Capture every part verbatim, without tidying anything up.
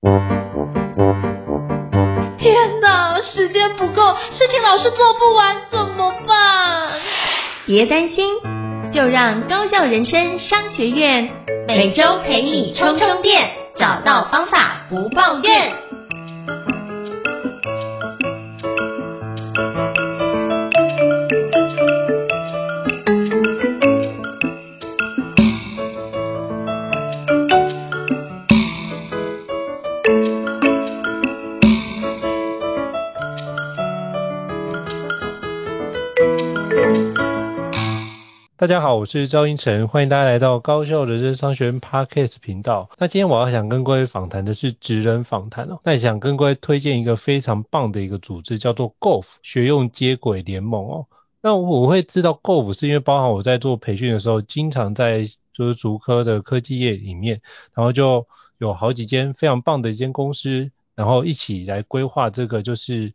天哪，时间不够，事情老是做不完，怎么办？ 别担心，就让高效人生商学院每周陪你充充电，找到方法不抱怨。 大家好，我是赵英成，欢迎大家来到高效人生商学院 Podcast 频道。那今天我要想跟各位访谈的是职人访谈哦。那也想跟各位推荐一个非常棒的一个组织，叫做 G O F 学用接轨联盟哦。那我会知道 G O F 是因为包含我在做培训的时候，经常在就是竹科的科技业里面，然后就有好几间非常棒的一间公司，然后一起来规划这个就是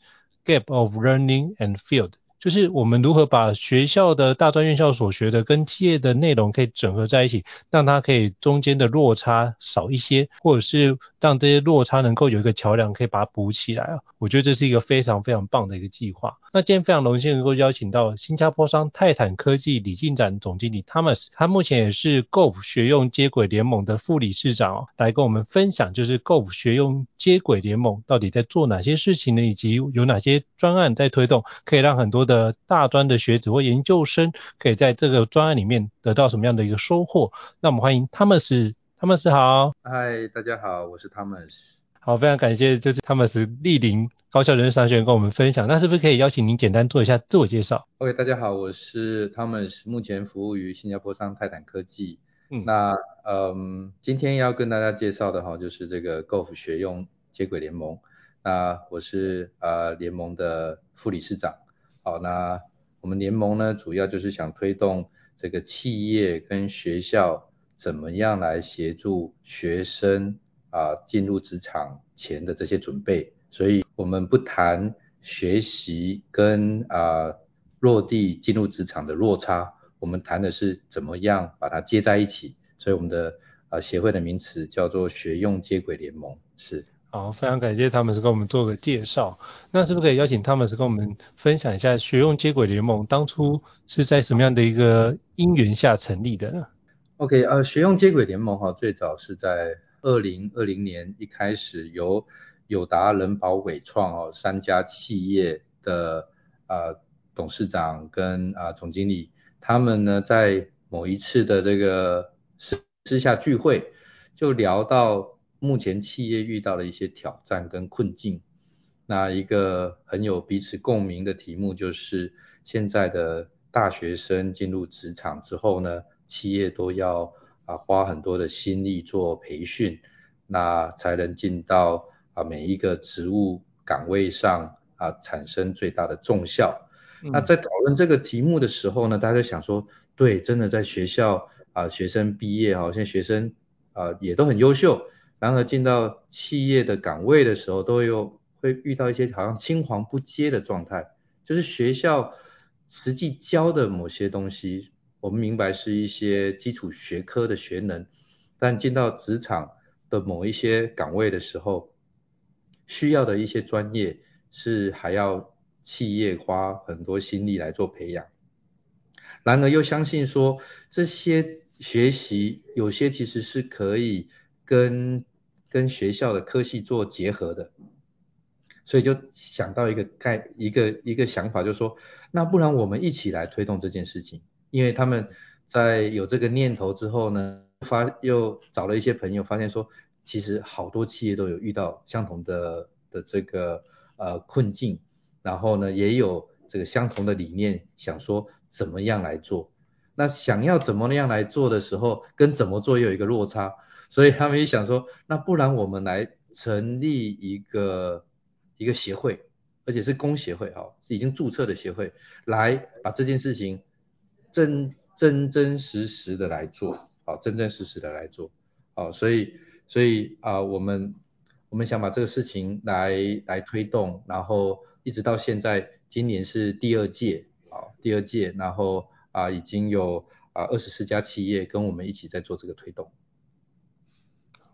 Gap of Learning and Field。就是我们如何把学校的大专院校所学的跟企业的内容可以整合在一起，让它可以中间的落差少一些，或者是让这些落差能够有一个桥梁可以把它补起来啊。我觉得这是一个非常非常棒的一个计划。那今天非常荣幸能够邀请到新加坡商泰坦科技李进展总经理 Thomas， 他目前也是 G O F 学用接轨联盟的副理事长哦，来跟我们分享就是 G O F 学用接轨联盟到底在做哪些事情呢，以及有哪些专案在推动，可以让很多的的大专的学子或研究生可以在这个专案里面得到什么样的一个收获。那我们欢迎 Thomas。 Thomas 好。 嗨，大家好，我是 Thomas。 好，非常感谢就是 Thomas 莅临高效人生商学院跟我们分享。那是不是可以邀请您简单做一下自我介绍？ OK， 大家好，我是 Thomas， 目前服务于新加坡商泰坦科技。 嗯， 那嗯，今天要跟大家介绍的哈，就是这个 G O F 学用接轨联盟。那我是呃联盟的副理事长。好，那我们联盟呢，主要就是想推动这个企业跟学校怎么样来协助学生啊进入职场前的这些准备。所以我们不谈学习跟啊落地进入职场的落差，我们谈的是怎么样把它接在一起。所以我们的啊协会的名词叫做学用接轨联盟。是。 好，非常感谢 Thomas 跟我们做个介绍。那是不是可以邀请 Thomas 跟我们分享一下学用接轨联盟当初是在什么样的一个因缘下成立的呢？ OK， 呃，学用接轨联盟哈，最早是在二零二零年一开始由友达、人保、伟创哦三家企业的呃董事长跟啊、呃、总经理，他们呢在某一次的这个私私下聚会，就聊到目前企业遇到的一些挑战跟困境。那一个很有彼此共鸣的题目就是现在的大学生进入职场之后呢，企业都要啊花很多的心力做培训，那才能进到啊每一个职务岗位上啊产生最大的重效。那嗯在讨论这个题目的时候呢，大家就想说，对，真的在学校啊学生毕业哈，现在学生啊也都很优秀，然而进到企业的岗位的时候，都有会遇到一些好像青黄不接的状态，就是学校实际教的某些东西，我们明白是一些基础学科的学能，但进到职场的某一些岗位的时候，需要的一些专业是还要企业花很多心力来做培养。然而又相信说这些学习有些其实是可以跟跟学校的科系做结合的，所以就想到一个概一个一个想法，就是说，那不然我们一起来推动这件事情。因为他们在有这个念头之后呢，发又找了一些朋友，发现说，其实好多企业都有遇到相同的的这个呃困境，然后呢也有这个相同的理念，想说怎么样来做。那想要怎么样来做的时候，跟怎么做又有一个落差，所以他们也想说，那不然我们来成立一个一个协会，而且是公协会哈，是已经注册的协会，来把这件事情真真真实实的来做，好，真真实实的来做，好，所以所以啊、呃，我们我们想把这个事情来来推动，然后一直到现在，今年是第二届，啊，第二届，然后啊、呃、已经有啊二十四家企业跟我们一起在做这个推动。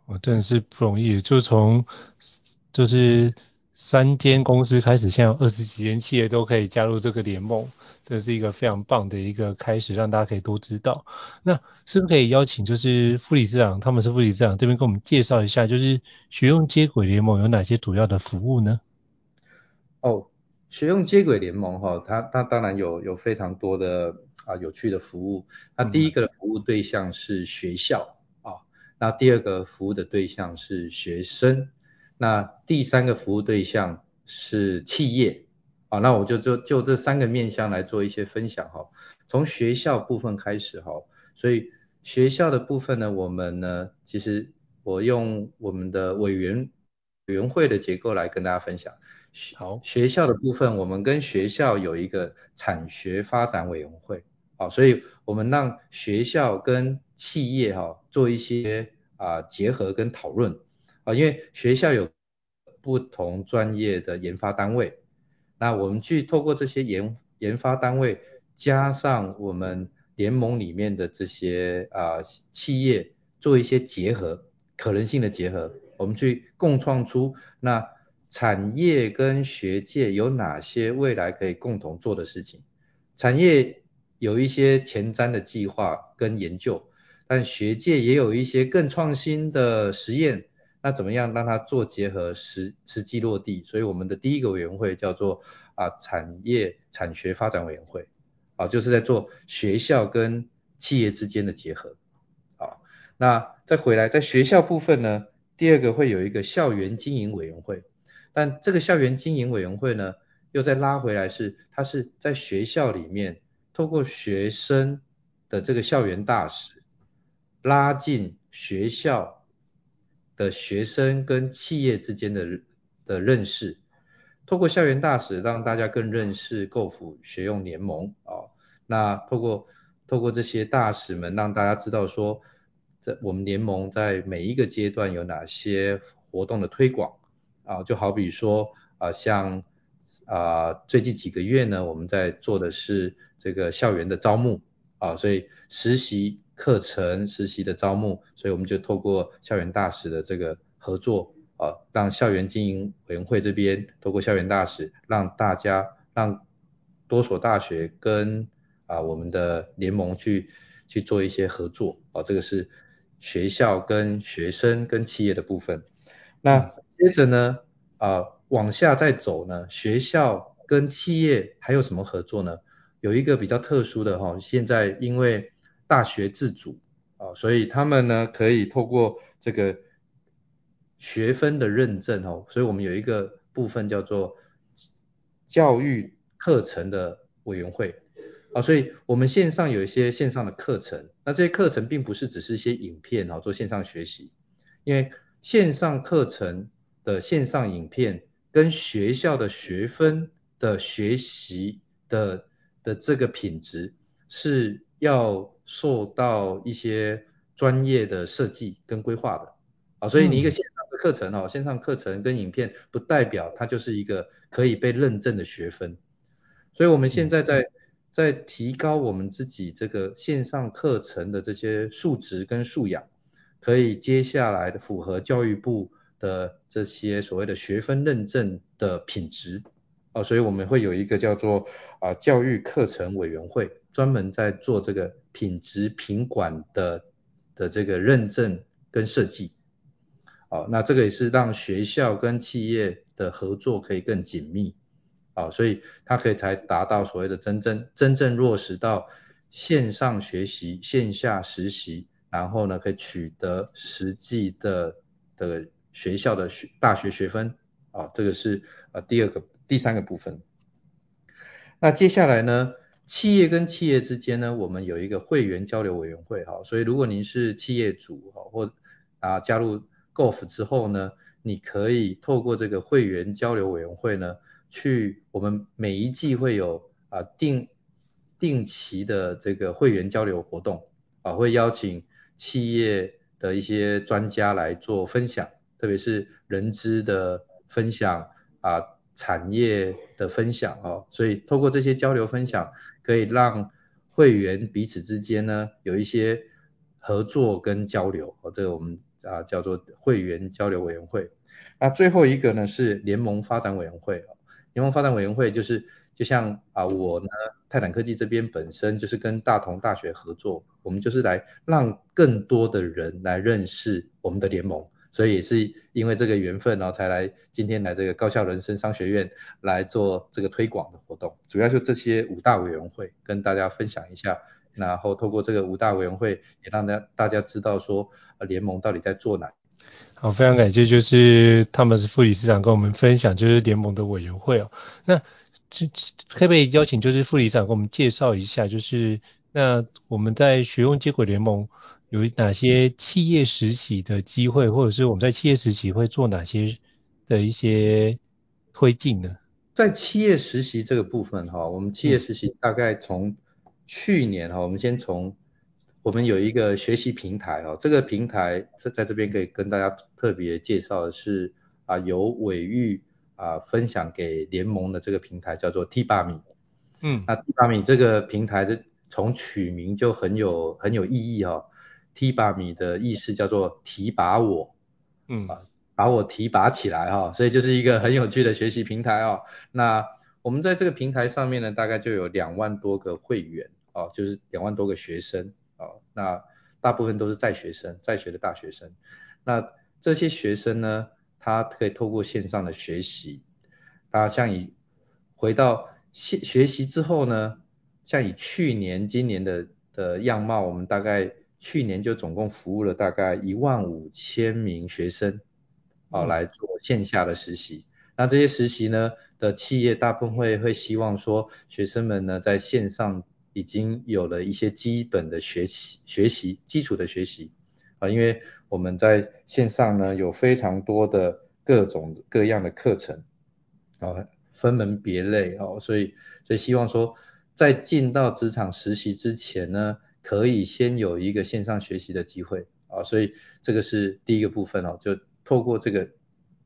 我真的是不容易，就从就是三间公司开始，现在有二十几间企业都可以加入这个联盟，这是一个非常棒的一个开始，让大家可以多知道。那是不是可以邀请就是副理事长，他们是副理事长这边跟我们介绍一下，就是学用接轨联盟有哪些主要的服务呢？ 哦，学用接轨联盟哈，它它当然有有非常多的啊有趣的服务。那第一嗯， 个的服务对象是学校啊，那第二个服务的对象是学生，那第三个服务对象是企业。啊，那我就就就这三个面向来做一些分享哈。从学校部分开始哈，所以学校的部分呢，我们呢，其实我用我们的委员委员会的结构来跟大家分享。学好， 学校的部分，我们跟学校有一个产学发展委员会，好，所以我们让学校跟企业哈做一些啊结合跟讨论啊，因为学校有不同专业的研发单位，那我们去透过这些研研发单位，加上我们联盟里面的这些啊企业做一些结合，可能性的结合，我们去共创出那产业跟学界有哪些未来可以共同做的事情。产业有一些前瞻的计划跟研究，但学界也有一些更创新的实验，那怎么样让它做结合实实际落地？所以我们的第一个委员会叫做啊产业产学发展委员会，啊就是在做学校跟企业之间的结合。啊，那再回来在学校部分呢，第二个会有一个校园经营委员会，但这个校园经营委员会呢，又再拉回来是它是在学校里面透过学生的这个校园大使，拉近学校的学生跟企业之间的的认识，透过校园大使让大家更认识构府学用联盟啊，那透过透过这些大使们让大家知道说，这我们联盟在每一个阶段有哪些活动的推广啊，就好比说啊像啊最近几个月呢，我们在做的是这个校园的招募啊，所以实习课程实习的招募，所以我们就透过校园大使的这个合作啊，让校园经营委员会这边透过校园大使，让大家让多所大学跟啊我们的联盟去去做一些合作啊，这个是学校跟学生跟企业的部分。 嗯， 那接着呢，啊往下再走呢，学校跟企业还有什么合作呢？有一个比较特殊的哈，现在因为大学自主啊，所以他们呢可以透过这个学分的认证哦，所以我们有一个部分叫做教育课程的委员会啊，所以我们线上有一些线上的课程，那这些课程并不是只是一些影片哦，做线上学习，因为线上课程的线上影片跟学校的学分的学习的的这个品质是要受到一些专业的设计跟规划的。啊，所以你一个嗯， 线上的课程哦，线上课程跟影片不代表它就是一个可以被认证的学分。所以我们现嗯， 在在在提高我们自己这个线上课程的这些素质跟素养，可以接下来的符合教育部的这些所谓的学分认证的品质。哦，所以我们会有一个叫做啊教育课程委员会，专门在做这个品质品管的的这个认证跟设计。好，那这个也是让学校跟企业的合作可以更紧密，好，所以它可以才达到所谓的真正真正落实到线上学习、线下实习，然后呢可以取得实际的的学校的学大学学分，啊，这个是呃第二个第三个部分。那接下来呢，企业跟企业之间呢，我们有一个会员交流委员会哈，所以如果您是企业主哈，或啊加入 Golf 之后呢，你可以透过这个会员交流委员会呢，去我们每一季会有啊定定期的这个会员交流活动啊，会邀请企业的一些专家来做分享，特别是人资的分享啊，产业的分享哦，所以透过这些交流分享，可以让会员彼此之间呢有一些合作跟交流哦，这个我们啊叫做会员交流委员会。那最后一个呢是联盟发展委员会。联盟发展委员会就是就像啊我呢泰坦科技这边本身就是跟大同大学合作，我们就是来让更多的人来认识我们的联盟，所以也是因为这个缘分，然后才来今天来这个高效人生商学院来做这个推广的活动。主要就这些五大委员会跟大家分享一下，然后透过这个五大委员会也让大大家知道说呃联盟到底在做哪。 好，非常感谢，就是他们是副理事长跟我们分享就是联盟的委员会哦。那这可不可以邀请就是副理事长跟我们介绍一下，就是那我们在学用接轨联盟有哪些企业实习的机会，或者是我们在企业实习会做哪些的一些推进呢？ 在企业实习这个部分哈，我们企业实习大概从去年哈，我们先从我们有一个学习平台哦，这个平台在在这边可以跟大家特别介绍的是啊，由伟玉啊分享给联盟的这个平台叫做 T 八米。嗯，那 T 八米这个平台的从取名就很有很有意义哦。T 八米的意思叫做提拔我，嗯啊。把我提拔起来哈，所以就是一个很有趣的学习平台哦。那我们在这个平台上面呢，大概就有两万多个会员哦，就是两万多个学生哦。那大部分都是在学生，在学的大学生。那这些学生呢，他可以透过线上的学习，他像以回到学学习之后呢，像以去年、今年的的样貌，我们大概去年就总共服务了大概一万五千名学生。哦，来做线下的实习。那这些实习呢的企业大部分会会希望说学生们呢在线上已经有了一些基本的学习学习基础的学习啊，因为我们在线上呢有非常多的各种各样的课程啊，分门别类哦，所以所以希望说在进到职场实习之前呢，可以先有一个线上学习的机会啊，所以这个是第一个部分哦，就透过这个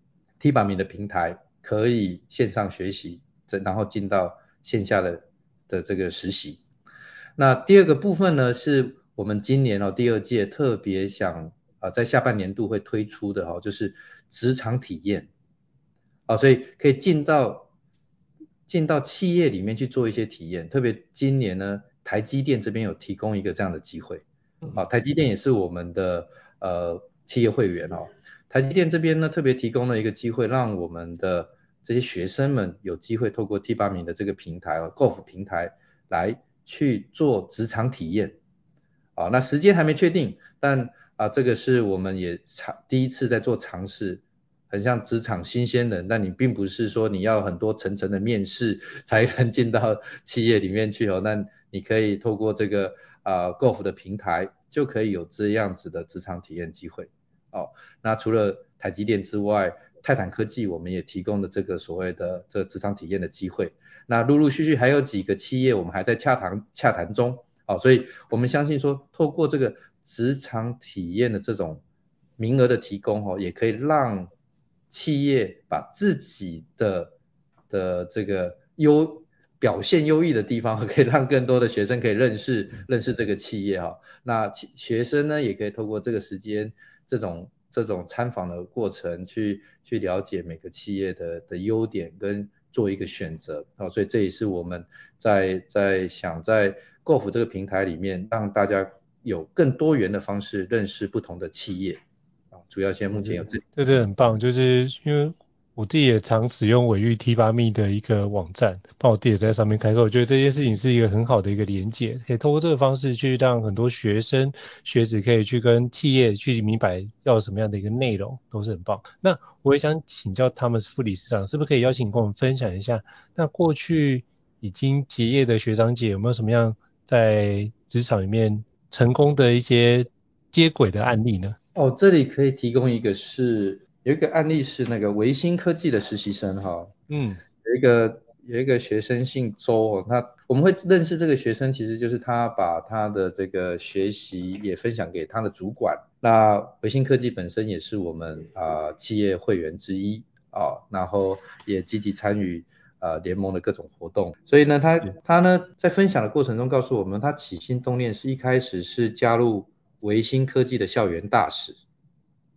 T 八米的平台，可以线上学习，然后进到线下的的这个实习。那第二个部分呢，是我们今年哦第二届特别想啊、呃、在下半年度会推出的哦，就是职场体验啊、哦，所以可以进到进到企业里面去做一些体验。特别今年呢，台积电这边有提供一个这样的机会，啊、哦，台积电也是我们的呃企业会员哦。台积电这边呢，特别提供了一个机会，让我们的这些学生们有机会透过 T 八米的这个平台哦 ，Golf 平台来去做职场体验。啊，那时间还没确定，但啊，这个是我们也尝第一次在做尝试，很像职场新鲜人，但你并不是说你要很多层层的面试才能进到企业里面去哦，那你可以透过这个啊 Golf 的平台，就可以有这样子的职场体验机会。哦，那除了台积电之外，泰坦科技我们也提供了这个所谓的这个职场体验的机会。那陆陆续续还有几个企业我们还在洽谈洽谈中。好，所以我们相信说，透过这个职场体验的这种名额的提供哦，也可以让企业把自己的的这个优表现优异的地方，可以让更多的学生可以认识认识这个企业哈。那学生呢，也可以透过这个时间这种这种参访的过程，去去了解每个企业的的优点跟做一个选择。好，所以这也是我们在在想在 Golf 这个平台里面，让大家有更多元的方式认识不同的企业。主要现在目前有这这这很棒，就是因为我自己也常使用伟玉 T 八 密的一个网站，帮我自己也在上面开课，我觉得这件事情是一个很好的一个连结，可以透过这个方式去让很多学生学子可以去跟企业去明白要什么样的一个内容，都是很棒。那我也想请教他们副理事长，是不是可以邀请跟我们分享一下，那过去已经结业的学长姐有没有什么样在职场里面成功的一些接轨的案例呢？ 哦，这里可以提供一个是有一个案例是那个维新科技的实习生哈，嗯，有一个有一个学生姓周哦，他我们会认识这个学生，其实就是他把他的这个学习也分享给他的主管。那维新科技本身也是我们啊、呃、企业会员之一啊、哦，然后也积极参与呃联盟的各种活动，所以呢，他他呢在分享的过程中告诉我们，他起心动念是一开始是加入维新科技的校园大使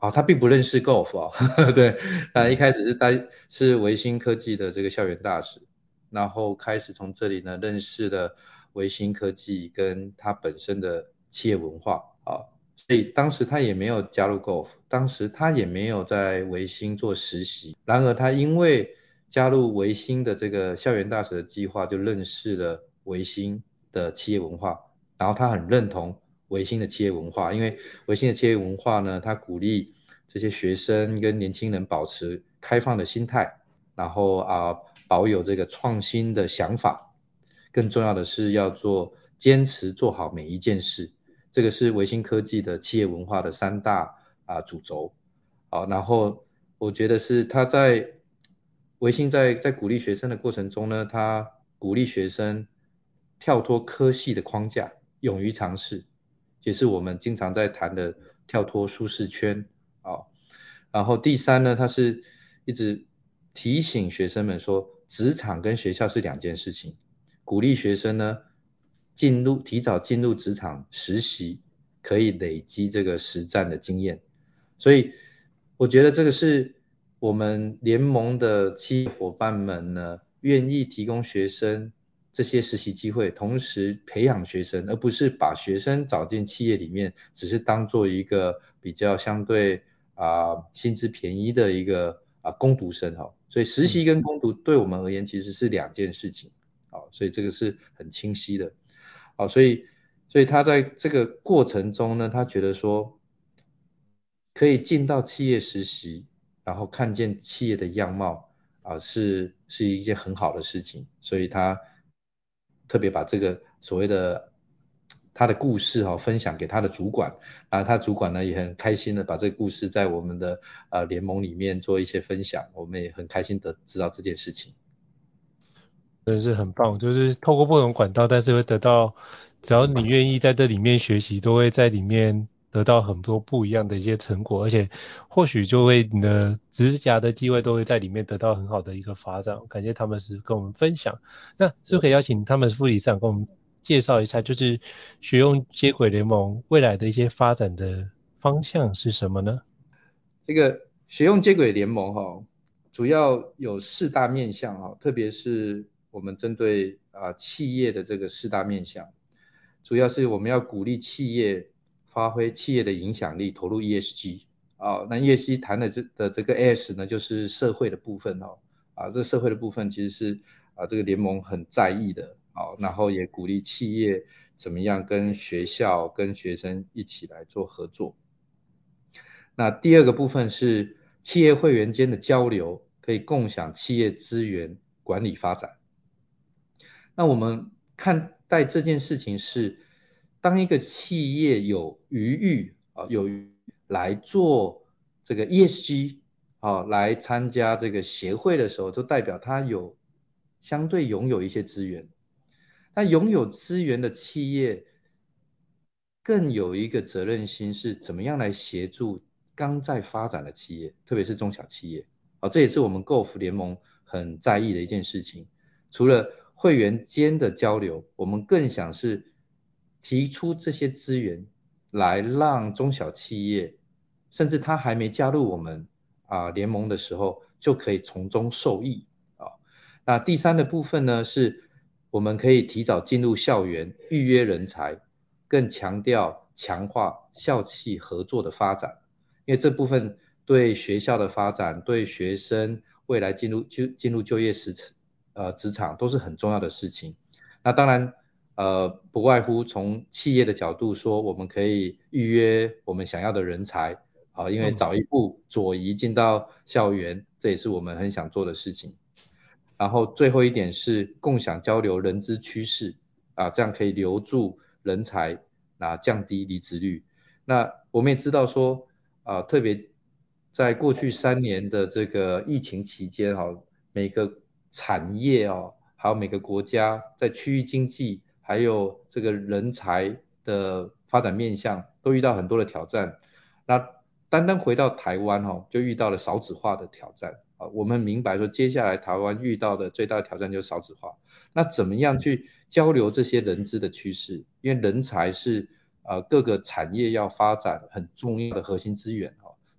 哦，他并不认识 Golf 哦，对，啊，一开始是待是维新科技的这个校园大使，然后开始从这里呢认识了维新科技跟他本身的企业文化啊，所以当时他也没有加入 Golf， 当时他也没有在维新做实习，然而他因为加入维新的这个校园大使的计划，就认识了维新的企业文化，然后他很认同维新的企业文化，因为维新的企业文化呢，它鼓励这些学生跟年轻人保持开放的心态，然后啊保有这个创新的想法，更重要的是要做坚持做好每一件事，这个是维新科技的企业文化的三大啊主轴。好，然后我觉得是他在维新在在鼓励学生的过程中呢，他鼓励学生跳脱科系的框架，勇于尝试，也是我们经常在谈的跳脱舒适圈啊。然后第三呢，他是一直提醒学生们说，职场跟学校是两件事情，鼓励学生呢进入提早进入职场实习，可以累积这个实战的经验。所以我觉得这个是我们联盟的企业伙伴们呢，愿意提供学生这些实习机会，同时培养学生，而不是把学生找进企业里面，只是当做一个比较相对啊、呃、薪资便宜的一个啊、呃、工读生哈。所以实习跟工读对我们而言其实是两件事情，好，所以这个是很清晰的。好，所以所以他在这个过程中呢，他觉得说可以进到企业实习，然后看见企业的样貌啊，是是一件很好的事情，所以他特别把这个所谓的他的故事哈、哦、分享给他的主管，啊，他主管呢也很开心的把这个故事在我们的呃联盟里面做一些分享，我们也很开心的知道这件事情。 真的是很棒，就是透过不同管道，但是会得到，只要你愿意在这里面学习，都会在里面得到很多不一样的一些成果，而且或许就会你的职涯的机会都会在里面得到很好的一个发展。感谢他们是跟我们分享，那是不是可以邀请他们副理事长跟我们介绍一下，就是学用接轨联盟未来的一些发展的方向是什么呢？ 这个学用接轨联盟哈、哦，主要有四大面向哈、哦，特别是我们针对啊、呃、企业的这个四大面向，主要是我们要鼓励企业发挥企业的影响力，投入 E S G 啊、那 E S G 谈的这的这个 S 呢，就是社会的部分哦，啊，这社会的部分其实是啊这个联盟很在意的，好、然后也鼓励企业怎么样跟学校跟学生一起来做合作。那第二个部分是企业会员间的交流，可以共享企业资源管理发展。那我们看待这件事情是，当一个企业有余裕啊，有余来做这个 E S G 啊，来参加这个协会的时候，就代表它有相对拥有一些资源。那拥有资源的企业更有一个责任心，是怎么样来协助刚在发展的企业，特别是中小企业。好，这也是我们 Golf 联盟很在意的一件事情。除了会员间的交流，我们更想是提出这些资源，来让中小企业，甚至他还没加入我们啊、联盟的时候，就可以从中受益啊。那第三的部分呢，是我们可以提早进入校园，预约人才，更强调强化校企合作的发展，因为这部分对学校的发展，对学生未来进入就进入就业时呃职场都是很重要的事情。那当然呃不外乎从企业的角度说，我们可以预约我们想要的人才，好、因为嗯。 早一步左移进到校园，这也是我们很想做的事情。然后最后一点是共享交流人资趋势啊，这样可以留住人才，啊，降低离职率。那我们也知道说，啊，特别在过去三年的这个疫情期间哈、哦，每个产业哦，还有每个国家在区域经济还有这个人才的发展面向都遇到很多的挑战。那单单回到台湾哦，就遇到了少子化的挑战啊。我们明白说，接下来台湾遇到的最大的挑战就是少子化。那怎么样去交流这些人资的趋势？因为人才是呃各个产业要发展很重要的核心资源哦。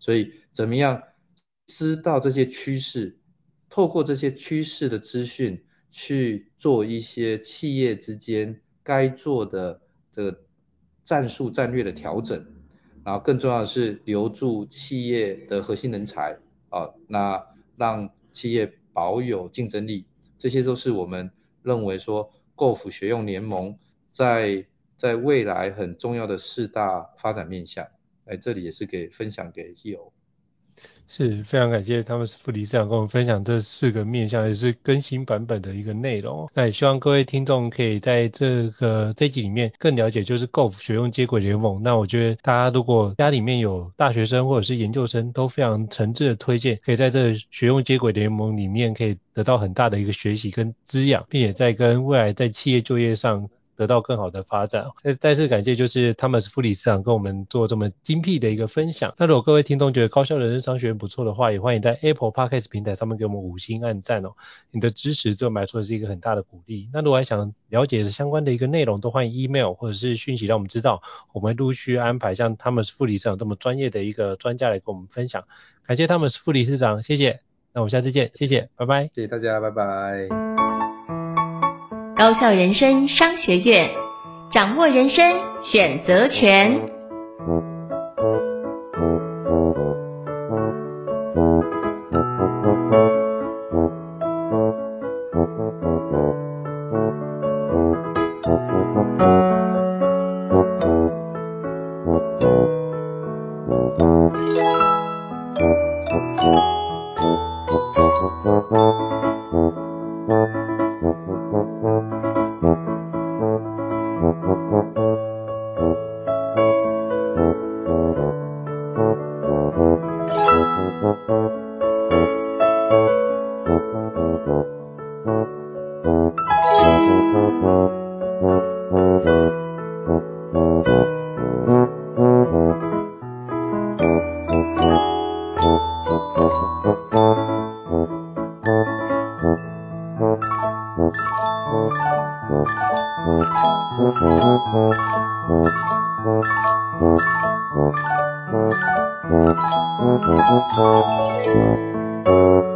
所以怎么样知道这些趋势，透过这些趋势的资讯去做一些企业之间该做的这个战术战略的调整，然后更重要的是留住企业的核心人才啊，那让企业保有竞争力，这些都是我们认为说 G O F 学用联盟在在未来很重要的四大发展面向。哎，这里也是给分享给 E O。 是非常感谢他们副理事长跟我们分享这四个面向，也是更新版本的一个内容。那也希望各位听众可以在这个这一集里面更了解就是 G O F 学用接轨联盟。那我觉得大家如果家里面有大学生或者是研究生，都非常诚挚的推荐，可以在这学用接轨联盟里面可以得到很大的一个学习跟滋养，并且在跟未来在企业就业上得到更好的发展。再再次感谢就是汤姆斯副理事长跟我们做这么精辟的一个分享。那如果各位听众觉得高效人生商学院不错的话，也欢迎在 Apple Podcast 平台上面给我们五星按赞哦，你的支持对我们来说是一个很大的鼓励。那如果还想了解相关的一个内容，都欢迎 email 或者是讯息让我们知道，我们会陆续安排像汤姆斯副理事长这么专业的一个专家来跟我们分享。感谢汤姆斯副理事长，谢谢。那我们下次见，谢谢，拜拜。 谢谢大家，拜拜。 高效人生商学院，掌握人生选择权。 Thank you.